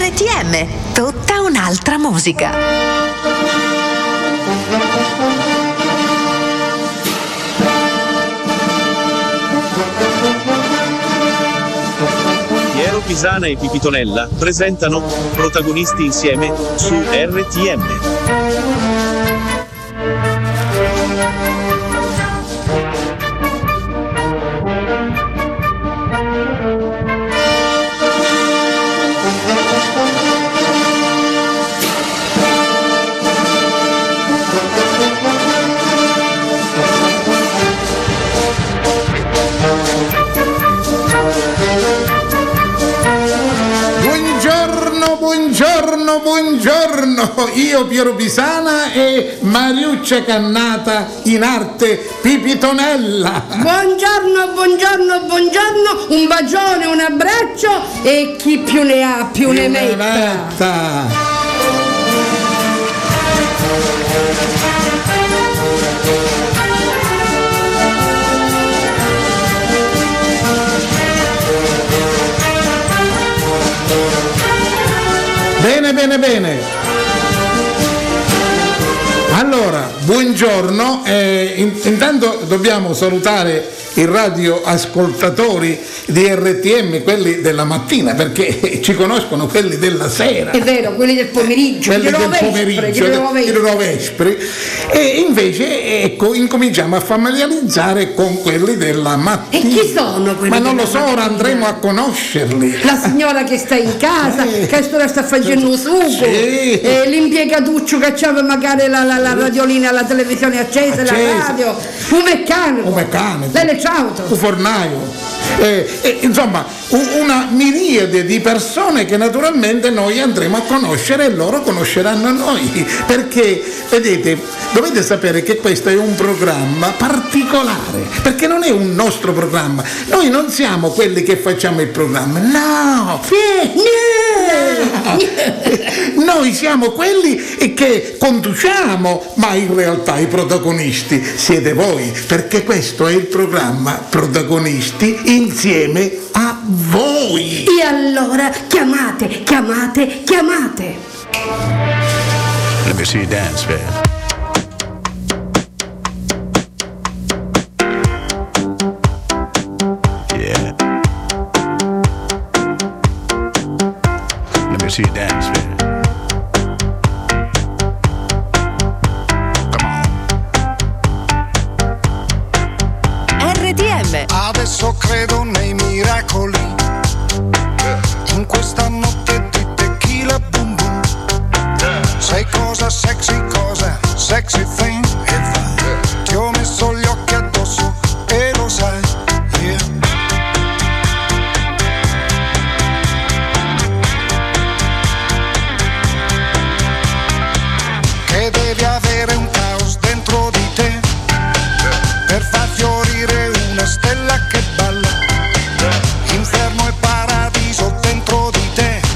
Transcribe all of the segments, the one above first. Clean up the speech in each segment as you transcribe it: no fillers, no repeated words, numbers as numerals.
RTM, tutta un'altra musica. Piero Pisana e Pipitonella presentano Protagonisti insieme su RTM. Buongiorno, io Piero Pisana e Mariuccia Cannata, in arte Pipitonella. Buongiorno, un bacione, un abbraccio e chi più ne ha più ne metta. Bene. Allora, buongiorno. Intanto dobbiamo salutare i radioascoltatori di RTM, quelli della mattina, perché ci conoscono quelli della sera. È vero, quelli del pomeriggio, quelli del rovespre. E invece, ecco, incominciamo a familiarizzare con quelli della mattina. E chi sono quelli? Ma non lo so, ora andremo a conoscerli. La signora che sta in casa, che ora sta facendo sugo, sì. L'impiegatuccio che c'aveva magari la radiolina, la televisione accesa, la radio, un meccanico. L'auto, un fornaio, insomma una miriade di persone che naturalmente noi andremo a conoscere e loro conosceranno noi, perché vedete, dovete sapere che questo è un programma particolare, perché non è un nostro programma, noi non siamo quelli che facciamo il programma, no. Noi siamo quelli che conduciamo, ma in realtà i protagonisti siete voi, perché questo è il programma Protagonisti insieme a voi. E allora chiamate. Let me see you dance, man. Yeah. Let me see you dance, man. Adesso credo nei miracoli, in questa notte di tequila boom boom. Sai cosa sexy thing, e vai. Ti ho messo gli occhi addosso e lo sai, yeah. Che devi avere un caos dentro di te per far fiorire una stella che balla, inferno e paradiso dentro di te.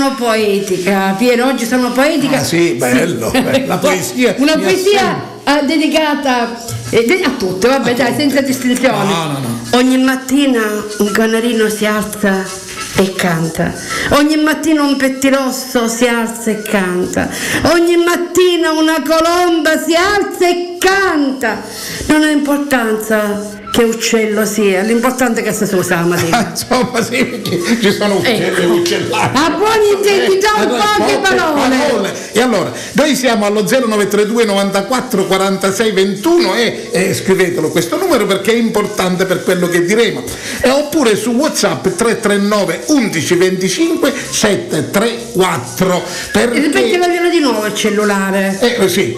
sono poetica, Piero, oggi sono poetica. Ah sì, bello, la poesia. Una mi poesia dedicata a tutte, vabbè, dai, senza distinzioni. No. Ogni mattina un canarino si alza e canta, ogni mattina un pettirosso si alza e canta, ogni mattina una colomba si alza e canta. Non ha importanza che uccello sia, l'importante è che si usa la mattina. Insomma, sì, perché ci sono uccelli e uccellari. A buoni intenti, già un poche parole. E allora, noi siamo allo 0932 94 46 21 e scrivetelo questo numero perché è importante per quello che diremo. Oppure su WhatsApp 339 11 25 734. Ripetiamelo di nuovo il cellulare. Sì.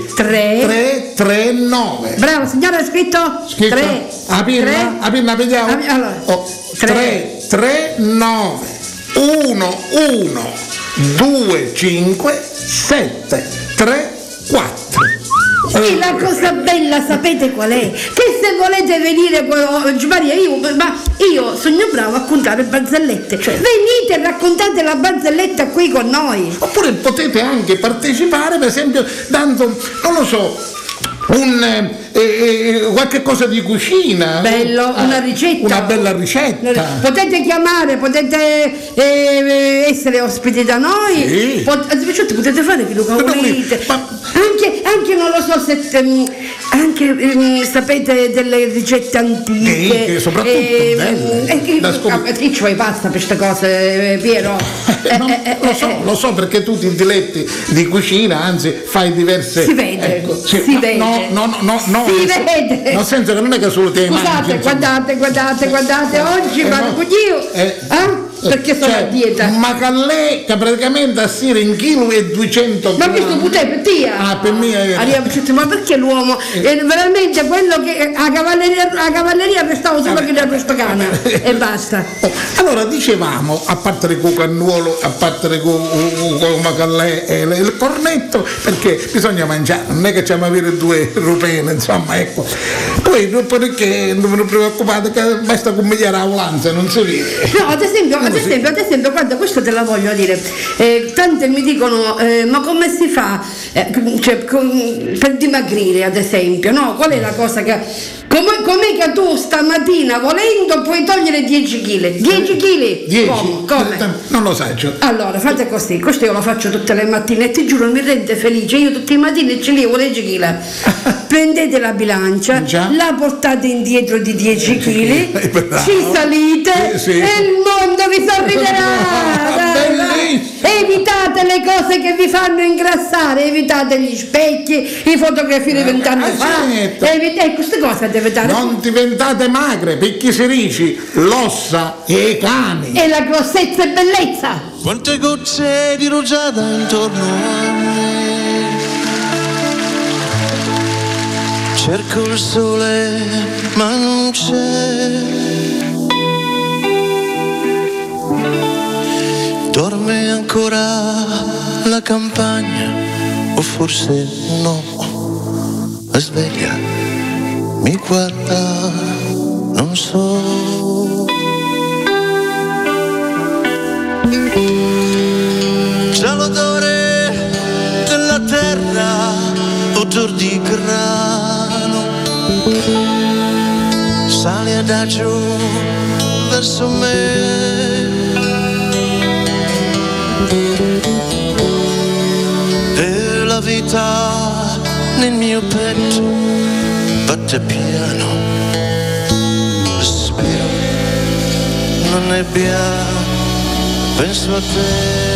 339. Bravo, signora, è scritto 3. La pinna vediamo. Allora, 339 11 25 734. E la cosa bella sapete qual è? Che se volete venire oggi Maria, io sono bravo a contare barzellette, venite e raccontate la barzelletta qui con noi. Oppure potete anche partecipare, per esempio, dando, non lo so, qualche cosa di cucina. Bello, una ricetta. Una bella ricetta. Potete chiamare, potete essere ospiti da noi. Sì. Potete fare quello che volete. Anche non lo so se sapete delle ricette antiche. Soprattutto belle. Chi ci vuoi pasta per queste cose, Piero? Lo so perché tu ti diletti di cucina, anzi fai diverse. Si vede, si vede. No, si vede. Nel senso che non è che solo te Scusate, guardate, oggi vado con io. Perché sono a dieta. Ma Callè che praticamente assira in chilo e 200 ma questo putè per te? Per me ma perché l'uomo è veramente quello che a cavalleria restavo solo che nel Toscana e basta. Allora dicevamo, a parte il cucannuolo, a parte con Macallè e il cornetto, perché bisogna mangiare, non è che c'è avere due rupene, insomma, ecco. Poi perché non vi preoccupate che basta commigliare la volanza, non si vede. No, ad esempio, guarda, questo te la voglio dire. Tante mi dicono, ma come si fa per dimagrire, ad esempio, no? Qual è la cosa che... Com'è che tu stamattina volendo puoi togliere 10 kg? 10 kg? 10? Come? Non lo sai. Allora, fate così, questo io lo faccio tutte le mattine e ti giuro mi rende felice, io tutte le mattine ci levo 10 kg. Prendete la bilancia, la portate indietro di 10 kg, ci salite e il mondo vi sorriderà. Evitate le cose che vi fanno ingrassare, evitate gli specchi, i fotografie di 20 anni fa. Queste cose deve dare. Non diventate magre, perché si dice l'ossa e i cani. E la grossezza e bellezza. Quante gocce di rugiada intorno a me. Cerco il sole ma non c'è. Dorme ancora la campagna o forse no. È sveglia, mi guarda, non so. Già l'odore della terra, odor di grano, sale adagio verso me. E la vita nel mio petto batte piano, respiro, non nebbia, penso a te.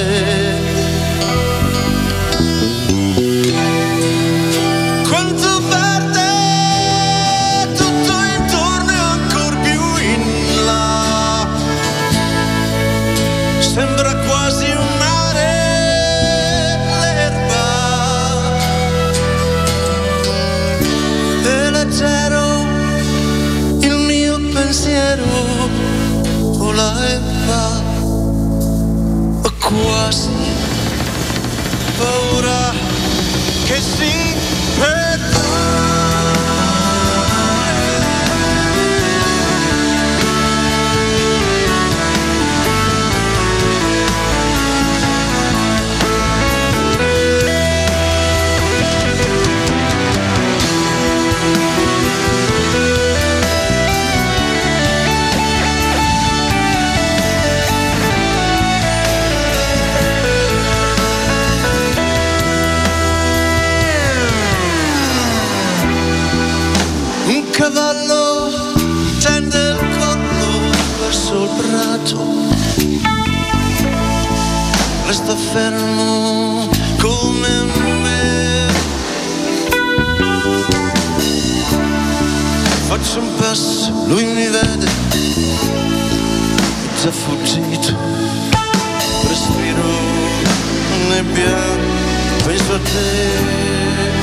Quanto verde tutto intorno e ancor più in là, sembra quasi un mare l'erba, e leggero il mio pensiero vola e va. cavallo tende il collo verso il prato, resta fermo come me. Faccio un passo, lui mi vede, già fuggito, respiro nebbia, penso a te.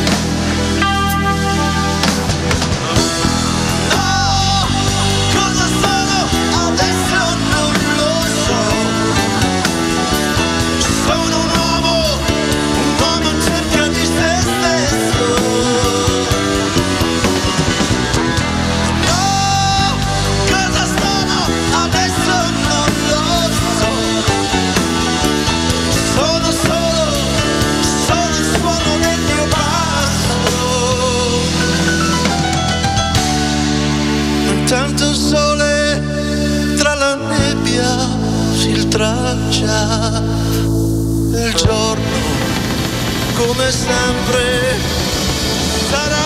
Tanto sole tra la nebbia filtraccia, il giorno come sempre sarà.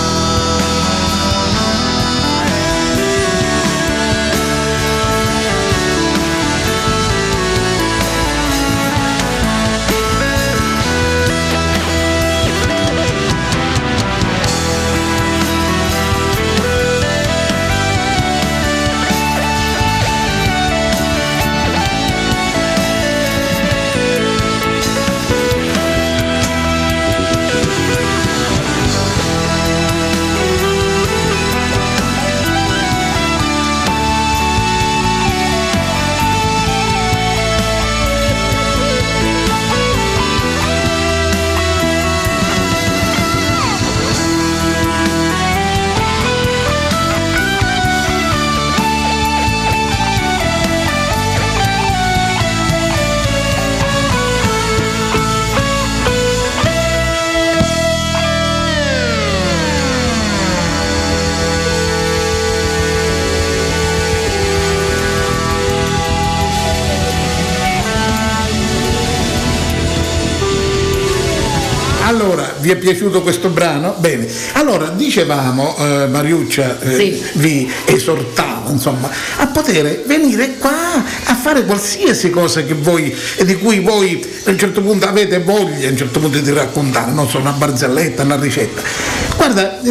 Allora, vi è piaciuto questo brano? Bene, allora dicevamo, Mariuccia Sì. vi esortava, insomma, a poter venire qua a fare qualsiasi cosa che voi, di cui voi a un certo punto avete voglia, a un certo punto di raccontare, non so, una barzelletta, una ricetta. Guarda,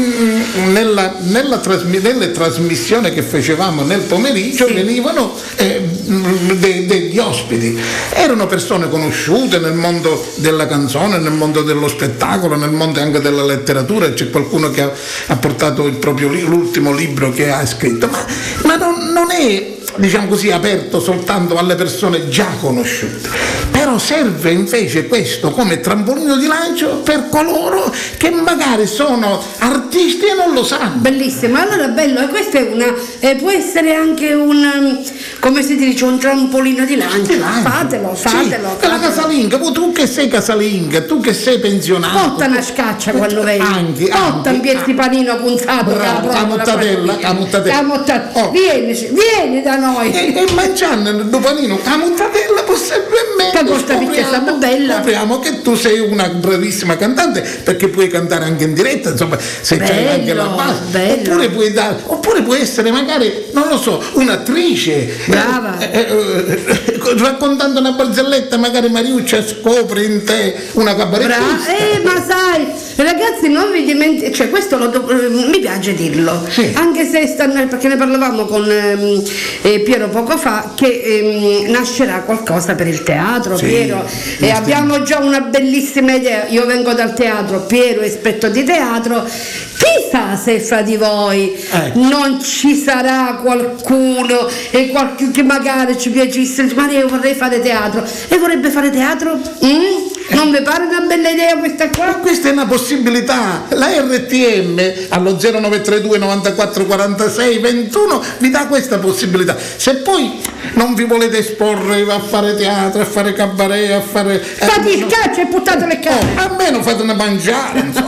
nelle trasmissioni che facevamo nel pomeriggio, sì, venivano degli ospiti, erano persone conosciute nel mondo della canzone, nel mondo dello spettacolo, nel mondo anche della letteratura. C'è qualcuno che ha portato l'ultimo libro che ha scritto, ma non è, diciamo così, aperto soltanto alle persone già conosciute, però serve invece questo come trampolino di lancio per coloro che magari sono artisti e non lo sanno. Bellissimo, allora bello, e questo è può essere anche un, come si dice, un trampolino di lancio. Fatelo. Sì, la casalinga, tu che sei casalinga, tu che sei pensionato, porta una scaccia quando vedi, porta un piezzi panino punzato, camutatella. Oh. Vieni da noi e mangiando il panino camutatella possibilmente scopriamo che tu sei una bravissima cantante, perché puoi cantare anche in diretta, insomma, se c'hai anche la base, oppure puoi essere magari, non lo so, un'attrice brava, raccontando una barzelletta, magari Mariuccia scopre in te una cabarettista. Ma sai, ragazzi, non vi dimenticate, cioè questo mi piace dirlo, sì, anche se perché ne parlavamo con Piero poco fa, che nascerà qualcosa per il teatro, sì, Piero, e abbiamo già una bellissima idea. Io vengo dal teatro, Piero è esperto di teatro, chissà se fra di voi non ci sarà qualcuno che magari ci piacesse, ma io vorrei fare teatro e vorrebbe fare teatro. Non vi pare una bella idea questa qua? Ma questa è una possibilità. La RTM allo 0932 94 46 21 vi dà questa possibilità. Se poi non vi volete esporre a fare teatro, a fare cabaret, a fare... Fate il caccia e buttate le carte. Almeno fatene mangiare, insomma.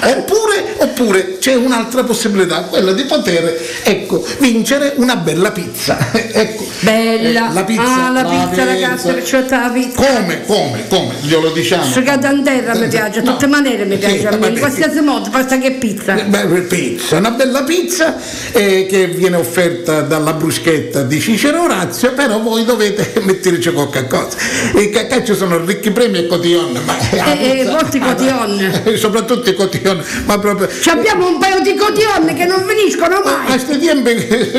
Oppure c'è un'altra possibilità, quella di poter, ecco, vincere una bella pizza. Ecco. Bella. La pizza, ragazzi, che c'è la pizza. Come? Glielo diciamo. Sugata in terra mi piace, a tutte maniere mi piace, a me, in qualsiasi modo, basta che pizza. Pizza, una bella pizza che viene offerta dalla bruschetta di Cicero Orazio, però voi dovete metterci qualche cosa. Che ci sono ricchi premi e cotillon, molti cotillon. Soprattutto i cotillon, ma proprio. Abbiamo un paio di cotillon che non finiscono mai. A sti tempi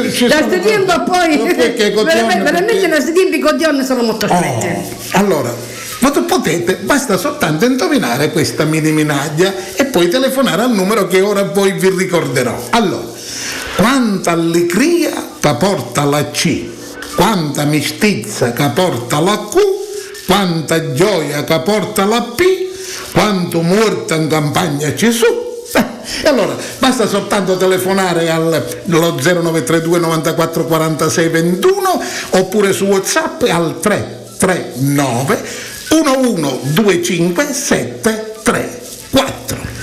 poi veramente a sti tempi i cotillon sono molto stretti. Allora, basta soltanto indovinare questa mini minaglia e poi telefonare al numero che ora poi vi ricorderò. Allora, quanta allegria che porta la C, quanta mestizia che porta la Q, quanta gioia che porta la P, quanto morto in campagna ci su. E allora basta soltanto telefonare allo 0932 94 46 21 oppure su WhatsApp al 339 1125 734.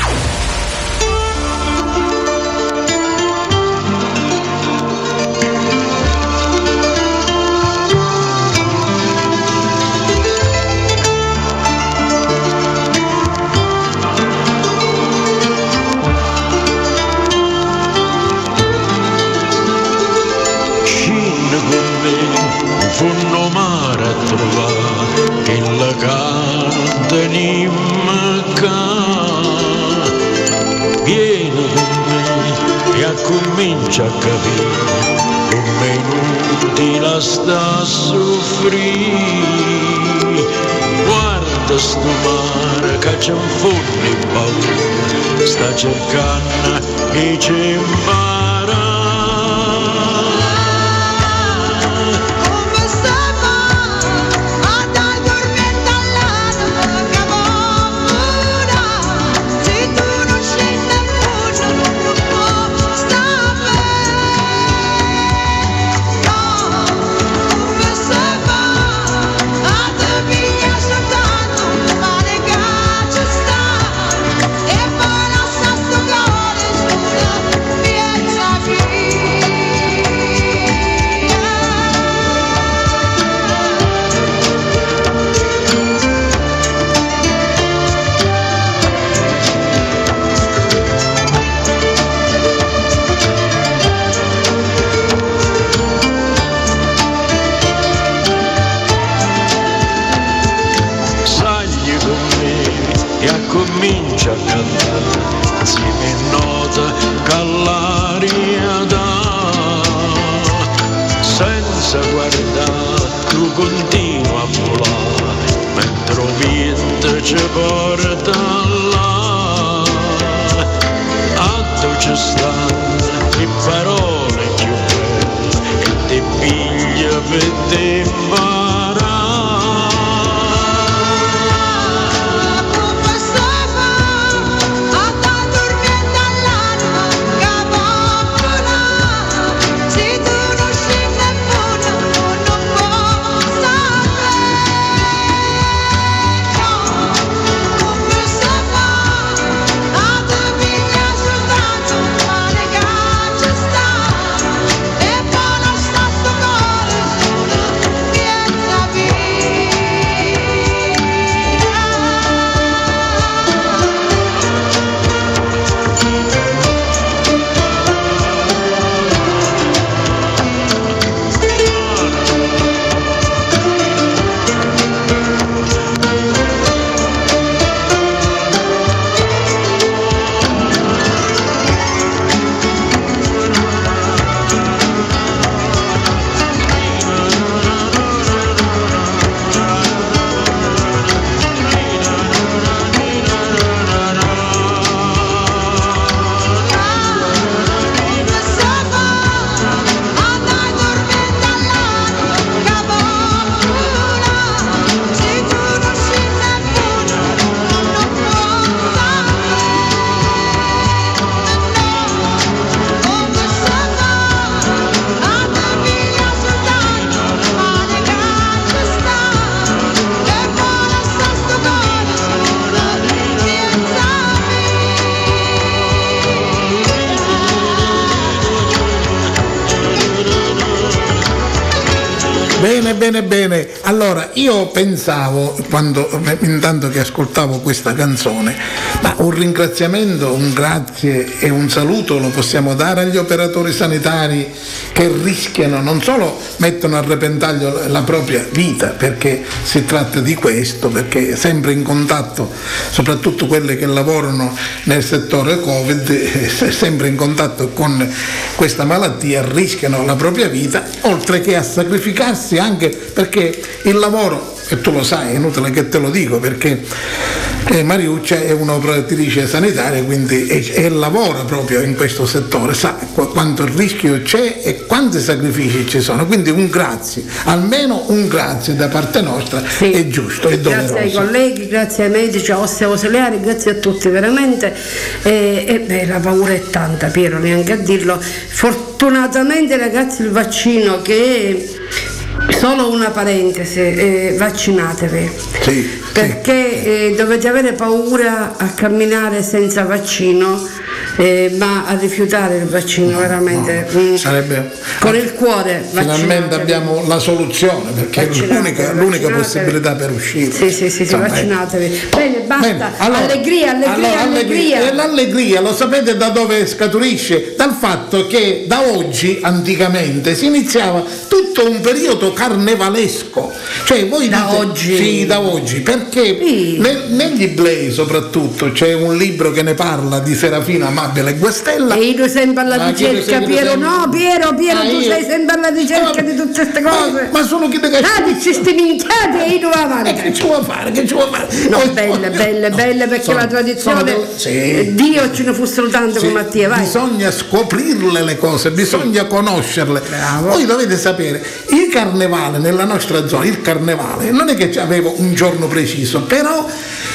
Funno mare a trovare che la canta vieni con me e comincia a capire come inutile sta a soffrire. Guarda sto mare che c'è un fondo in paura, sta cercando e ci impara. Comincia a cantare insieme a nota che l'aria dà, senza guardare tu continua a volare mentre il vento ci porta là. A tu ci stanno le parole più belle che ti piglia per te imparare. Bene. Allora, io pensavo, intanto che ascoltavo questa canzone, ma un ringraziamento, un grazie e un saluto lo possiamo dare agli operatori sanitari che rischiano, non solo mettono a repentaglio la propria vita, perché si tratta di questo, perché sempre in contatto, soprattutto quelli che lavorano nel settore Covid, sempre in contatto con questa malattia, rischiano la propria vita, oltre che a sacrificarsi, anche perché il lavoro, e tu lo sai, è inutile che te lo dico, perché Mariuccia è un'operatrice sanitaria, quindi e lavora proprio in questo settore, sa quanto rischio c'è e quanti sacrifici ci sono, quindi un grazie, almeno un grazie da parte nostra, sì, è giusto, è doveroso. Grazie ai colleghi, grazie ai medici, a Ostia Ausiliari, grazie a tutti veramente, la paura è tanta, Piero, neanche a dirlo. Fortunatamente ragazzi il vaccino, che solo una parentesi, vaccinatevi, sì, perché dovete avere paura a camminare senza vaccino, ma a rifiutare il vaccino veramente sarebbe con il cuore. Finalmente abbiamo la soluzione, perché è l'unica possibilità per uscire. Sì, vaccinatevi. Bene, basta. Bene. Allora, allegria. E l'allegria lo sapete da dove scaturisce? Dal fatto che da oggi, anticamente, si iniziava tutto un periodo carnevalesco, cioè voi da dite, oggi? Sì, da oggi, perché negli Blei soprattutto c'è un libro che ne parla di Serafina Amabile e Guastella. E io sempre alla ricerca, Piero, no, Piero, tu sei sempre alla ricerca di tutte queste cose. Ma sono chi te che dici sti minchiate e io va avanti. Che ci vuoi fare? No, belle, perché la tradizione, Dio ce ne fossero tante come a te, vai. Bisogna scoprirle le cose, bisogna conoscerle. Bravo. Voi dovete sapere, il carnevale nella nostra zona, il carnevale non è che avevo un giorno preciso, però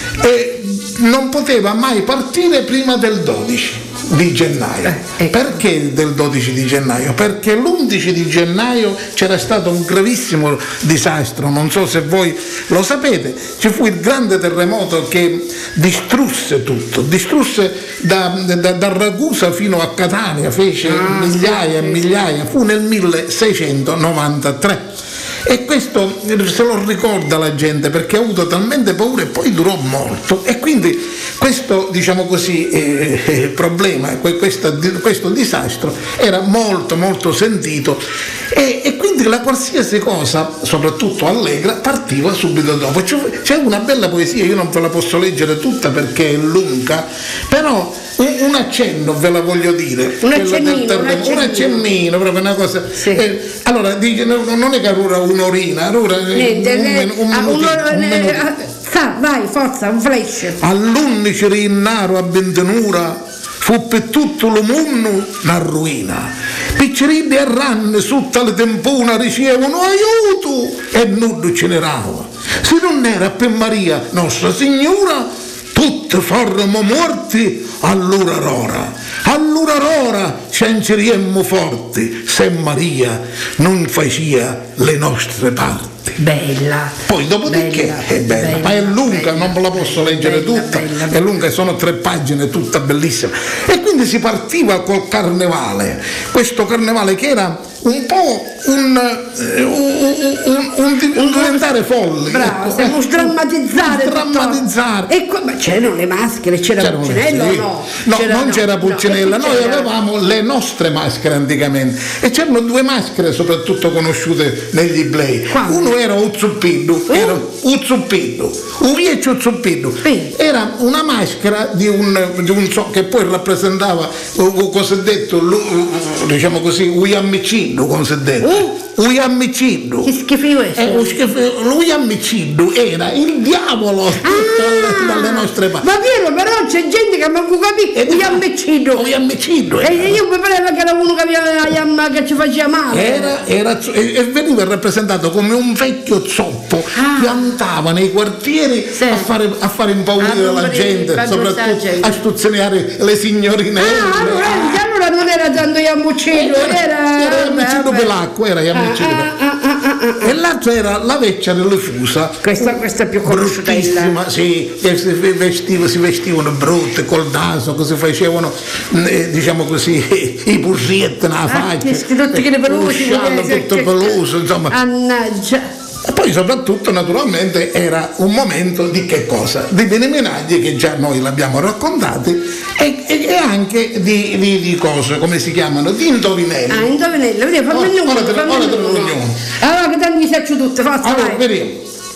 non poteva mai partire prima del 12 di gennaio. Perché del 12 di gennaio? Perché l'11 di gennaio c'era stato un gravissimo disastro, non so se voi lo sapete, ci fu il grande terremoto che distrusse tutto, da Ragusa fino a Catania, fece migliaia e migliaia, fu nel 1693. E questo se lo ricorda la gente, perché ha avuto talmente paura e poi durò molto, e quindi questo, diciamo così, problema, questo disastro era molto molto sentito, e quindi la qualsiasi cosa, soprattutto allegra, partiva subito dopo. C'è una bella poesia, io non ve la posso leggere tutta perché è lunga, però un accenno ve la voglio dire, un accennino, proprio una cosa, sì. Allora dice, non è che allora un'orina, allora vai, forza, un flash. All'11 rinnaro a bentenura fu per tutto il mondo una ruina, piccerini e ranne sotto le tempone ricevono aiuto e nudo ce n'erava, se non era per Maria Nostra Signora tutti forremo morti, allora rora cenceremmo forti se Maria non faceva le nostre parti. Bella. Poi dopodiché è bella, ma è lunga, non ve la posso leggere tutta, è lunga, sono 3 pagine, tutta bellissima. E quindi si partiva col carnevale, questo carnevale che era un po' un diventare folle. Bravo, stiamo drammatizzare. Ma c'erano le maschere, c'era Pulcinella o no? No, non c'era Pulcinella, noi avevamo le nostre maschere anticamente, e c'erano 2 maschere soprattutto conosciute negli Blei. Uno era Uzzupiddu, era una maschera di un che poi rappresentava il cosiddetto, diciamo così, Uiammiciddu, come si è detto. Uiammiciddu. Che schifo è? Uiammiciddu era il diavolo dalle nostre parti. Ma vero, però c'è gente che manco capisce. Uiammiciddu. E io mi pareva che era uno che aveva che ci faceva male. E veniva rappresentato come un vecchio zoppo che andava nei quartieri a fare impaurire la gente, soprattutto a stuzzicare le signorinelle. Allora non era tanto Iammucino, era Iammucino per l'acqua, era Iammucino. e l'altra era La vecchia delle Fusa. Questa è più conosciuta. Bruttissima, sì, che si vestivano brutte col naso, che si facevano diciamo così i burrietti nella faccia, tutti che ne pelosi, tutto peloso, insomma. Annaggia. E poi soprattutto naturalmente era un momento di che cosa? Di Benimenaglie, che già noi l'abbiamo raccontato, e anche di cose, come si chiamano? Di indovinelli. Ah, indovinelli, vediamo, fammi ora te lo ognuno. Allora che tanto mi faccio tutto, forza, allora, vai. vediamo.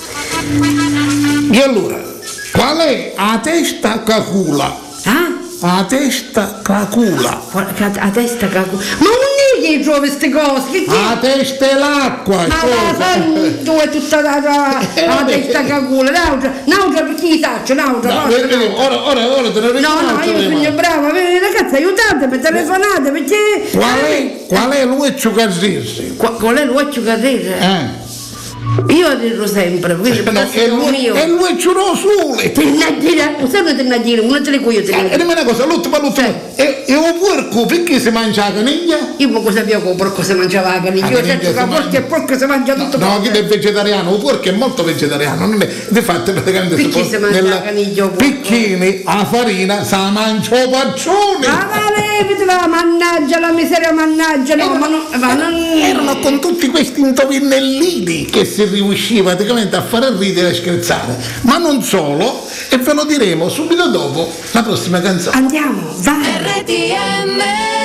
E allora, qual è la testa cacula? Ah? La testa cacula. La testa cacula. Ma non è che trovi queste cose? La testa è l'acqua. Ma tu è tutta la testa cacula. N'altra per chi taccio, n'altra. Ora te ne ricordo. No, io sono brava. Ragazzi, aiutatemi, telefonate, perché... Qual è l'uccio carrese? Qual è l'uccio carrese? Io dirlo sempre, quindi è l'uccio rosule. Sempre tennagire, una delle cui io te ne dimmi una cosa, l'ultima. E un porco perché si mangia la caniglia? Io non sapevo che un porco si mangiava la caniglia, io certo che il porco si mangia tutto. No, chi è vegetariano, un porco è molto vegetariano, non è, infatti praticamente perché si mangia la caniglia? Picchini, la farina, sa mangia o paccione. Ma levitela, mannaggia la miseria, mannaggia, no, ma non... Erano con tutti questi indovinellini che si riusciva praticamente a fare ridere e scherzare, ma non solo, e ve lo diremo subito dopo la prossima canzone. Andiamo, vai! RTM.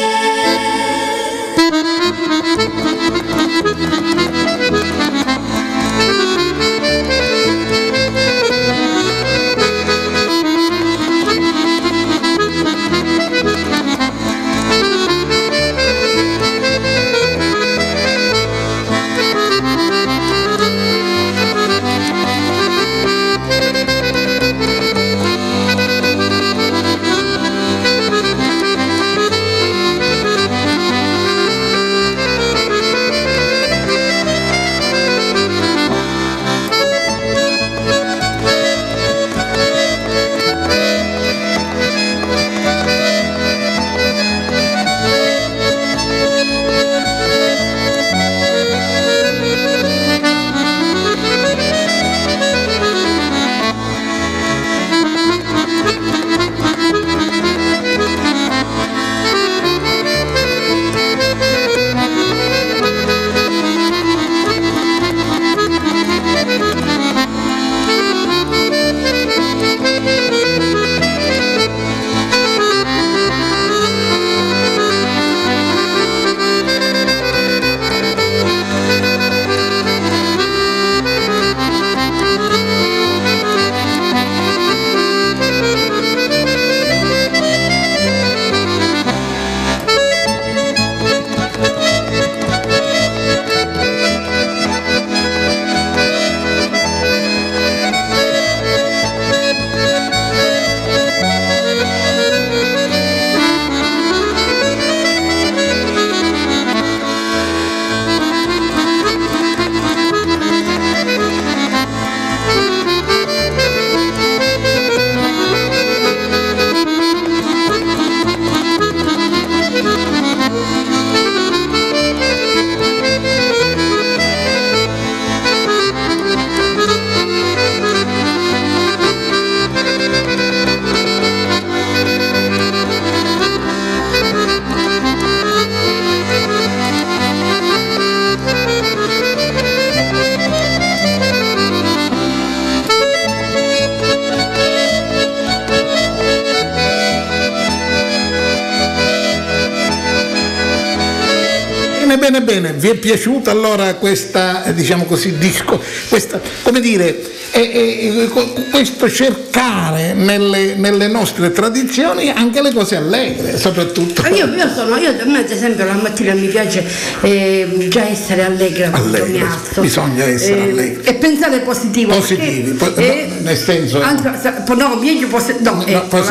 Bene, vi è piaciuta allora questa, diciamo così, questa, come dire, questo cercare nelle nostre tradizioni anche le cose allegre, soprattutto. Io a me ad esempio la mattina mi piace già essere allegra quando mi alzo. Bisogna essere allegri. E pensare positivo. Nel senso.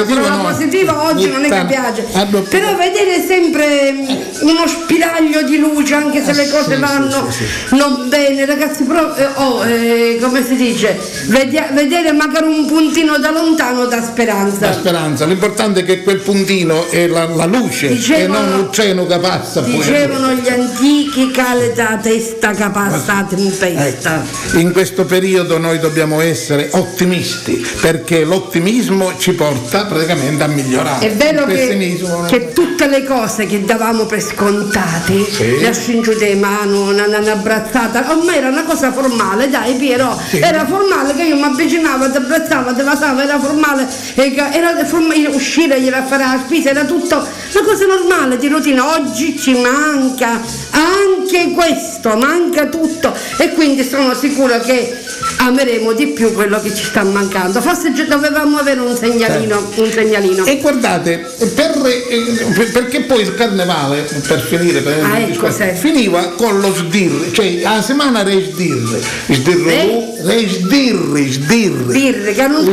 Positiva oggi non è che piace. Però vedere sempre uno spiraglio di luce luce anche se le cose vanno non bene, ragazzi, però come si dice, vedere magari un puntino da lontano dà speranza. La speranza, l'importante è che quel puntino è la luce e non un treno che passa. Dicevano gli antichi che da testa che passa tempesta. In questo periodo noi dobbiamo essere ottimisti, perché l'ottimismo ci porta praticamente a migliorare. È vero che tutte le cose che davamo per scontate, le ascingiute di mano, un'abbrazzata, ormai era una cosa formale, dai Piero, era formale che io mi avvicinavo, ti abbrazzavo, ti passavo, era formale, uscire, gliela fare la spesa, era tutto una cosa normale di routine. Oggi ci manca anche questo, manca tutto, e quindi sono sicura che ameremo di più quello che ci sta mancando. Forse dovevamo avere un segnalino. E guardate, perché poi il carnevale, per finire, finiva con lo sdirri, cioè la settimana era sdirri, che non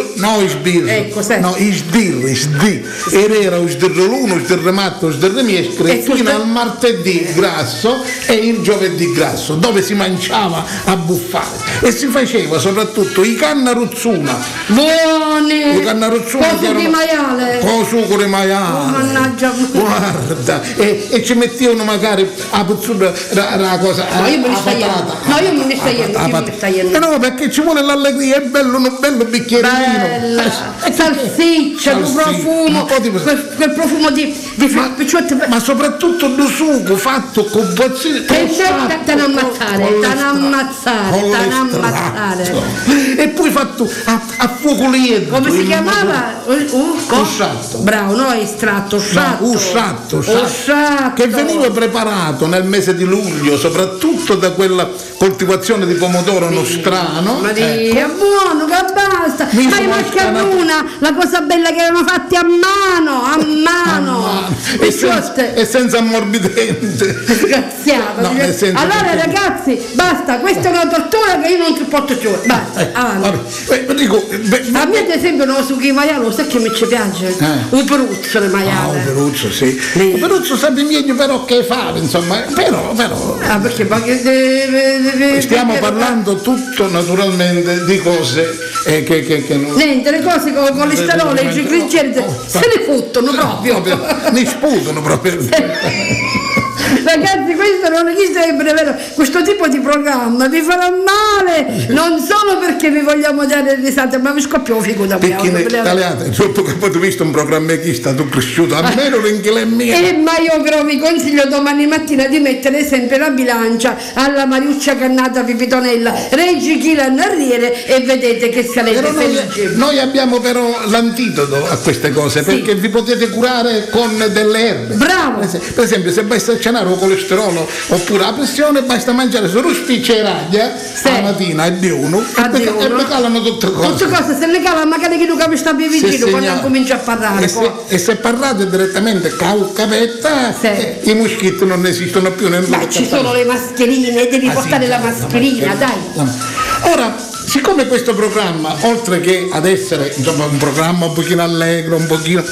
era lo sdirro l'uno, lo sdirro matto, lo sdirro miescre, fino al martedì grasso e il giovedì grasso, dove si mangiava a buffare e si faceva soprattutto i cannaruzzuna buoni, i cannaruzzuna con succo di maiale, mannaggia, guarda, e ci mettevano magari a puzzura la cosa, io me ne stai iendo. No, perché ci vuole l'allegria, è bello un bello bicchierino, salsiccia, un profumo, quel profumo di picciotte, ma soprattutto il succo fatto con bozzini, te ne ammazzare, e poi fatto a fuoco lievito. Come si chiamava? Usciatto. Bravo, no, estratto, usciatto, che veniva preparato nel mese di luglio, soprattutto da quella coltivazione di pomodoro nostrano. Maria, buono, che basta! Ma i maccheruna, la cosa bella che avevano fatti a mano. E senza ammorbidente. Disgraziato. Allora ragazzi, basta, questa è una tortura che io non ti porto più. Basta, avanti. A me ad esempio non so che maiale, lo sai che mi ci piace? Un peruzzo di maiale. Un peruzzo, sì. Un peruzzo sappi meglio però che fare, insomma, però. Perché stiamo parlando tutto naturalmente di cose che non. Niente, le cose con il colesterolo e i trigliceri se ne fottono proprio. Ne sputano proprio. Ragazzi, questo non è vero, questo tipo di programma vi farà male, non solo perché vi vogliamo dare risate, ma vi scoppia un figo da voi. Perché in italiano, sotto che poi tu visto un programma che stato cresciuto, almeno l'inglese mio. Ma io però vi consiglio domani mattina di mettere sempre la bilancia alla Mariuccia Cannata Pipitonella, Reggi Chila Narriere, e vedete che sarete felici. Noi abbiamo però l'antidoto a queste cose, perché vi potete curare con delle erbe. Bravo! Per esempio, se vai a cenare o colesterolo oppure la pressione, basta mangiare solo spicce e raglia la mattina e di uno e mi calano tutte cose. Se ne cala magari chi non sta più vicino quando comincia a parlare. E se parlate direttamente capetta, i moschiti non esistono più nel mondo. Ma ci sono le mascherine, devi portare la mascherina, dai. Ora, siccome questo programma, oltre che ad essere insomma un programma un pochino allegro, un pochino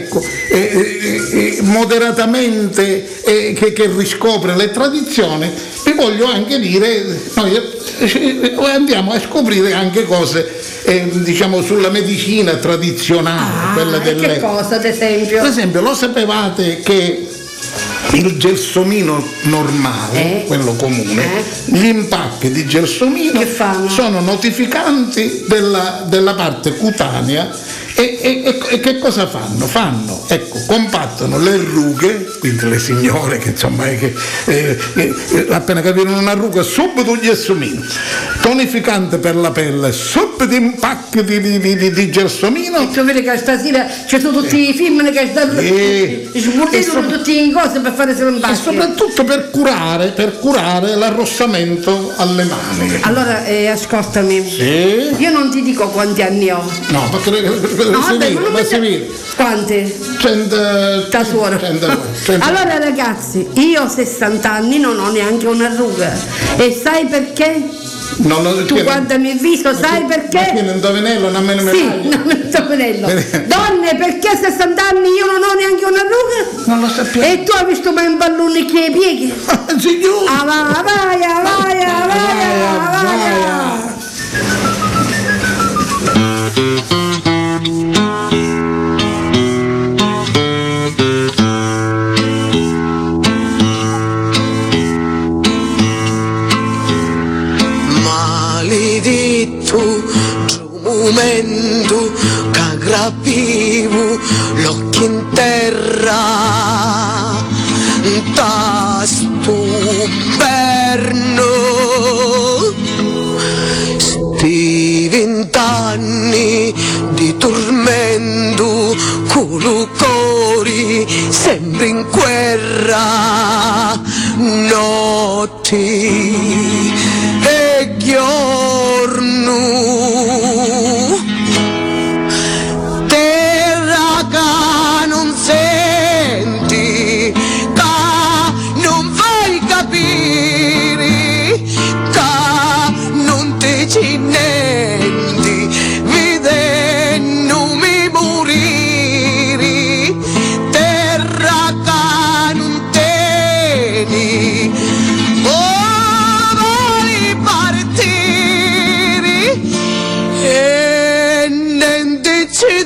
moderatamente che riscopre le tradizioni, vi voglio anche dire, noi andiamo a scoprire anche cose diciamo sulla medicina tradizionale, quella che cosa ad esempio? Per esempio, lo sapevate che il gelsomino normale, quello comune, gli impacchi di gelsomino sono notificanti della parte cutanea e che cosa fanno? Compattano le rughe, quindi le signore che insomma appena capirono una ruga subito gli gelsomino, tonificante per la pelle, subito impacchi di gelsomino. E tu vedi che stasera ci sono tutti i film che stanno sburdendo tutte le cose per fare e soprattutto per curare l'arrossamento alle mani. Allora ascoltami, io non ti dico quanti anni ho, no, perché quanti? 100. Allora ragazzi, io ho 60 anni, non ho neanche una ruga, e sai perché? Tu guardami il viso, sai perché? Ma un indovinello, non me ne Sì, non un indovinello. Donne, perché a 60 anni io non ho neanche una ruga? Non lo sappiamo. E tu hai visto mai un pallone che pieghi? Signore! Vai. Maledetto momento che aggrappivo l'occhio in terra da sto inverno, sti 20 anni di tormento con lo cuore sempre in guerra, notti e giorno, terra che non senti, che non vai capire, che non ti ci niente, vedendomi morire, terra che non tieni, vuoi partire e niente ci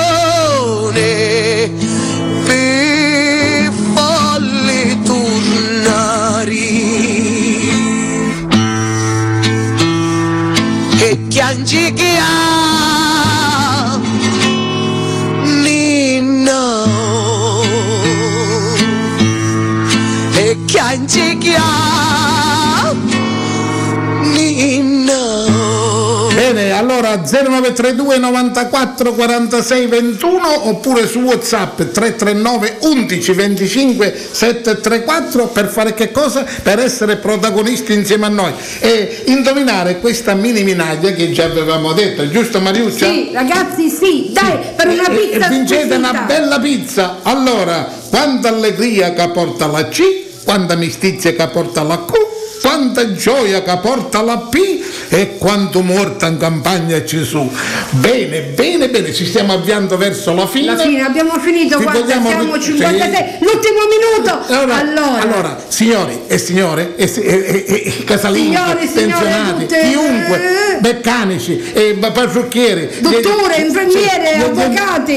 done per farli tornare, e piangi che ha Nina, e piangi che ha Nina. Bene, allora 0932 94 46 21 oppure su WhatsApp 339 11 25 734 per fare che cosa? Per essere protagonisti insieme a noi e indovinare questa mini minaglia che già avevamo detto, giusto Mariuccia? Sì, ragazzi, sì, dai, per una pizza e vincete squisita. una bella pizza. Allora, quanta allegria che porta la C, quanta mestizia che porta la Q, quanta gioia che porta la P e quanto morta in campagna ci su. Bene, ci stiamo avviando verso la fine. La fine, abbiamo finito, guarda, siamo 56, sì. L'ultimo minuto. Allora, signori e signore, casalinghi, pensionati, chiunque, meccanici, parrucchieri, dottore, infermiere, avvocati,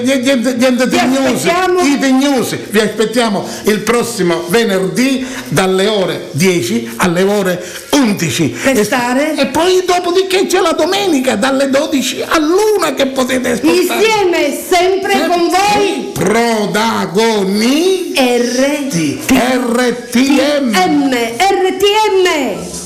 i tegnosi, vi aspettiamo il prossimo venerdì dalle ore 10 alle ore 11 per stare, e poi dopodiché c'è la domenica dalle 12 all'1 che potete ascoltare insieme sempre con voi protagoni RTM.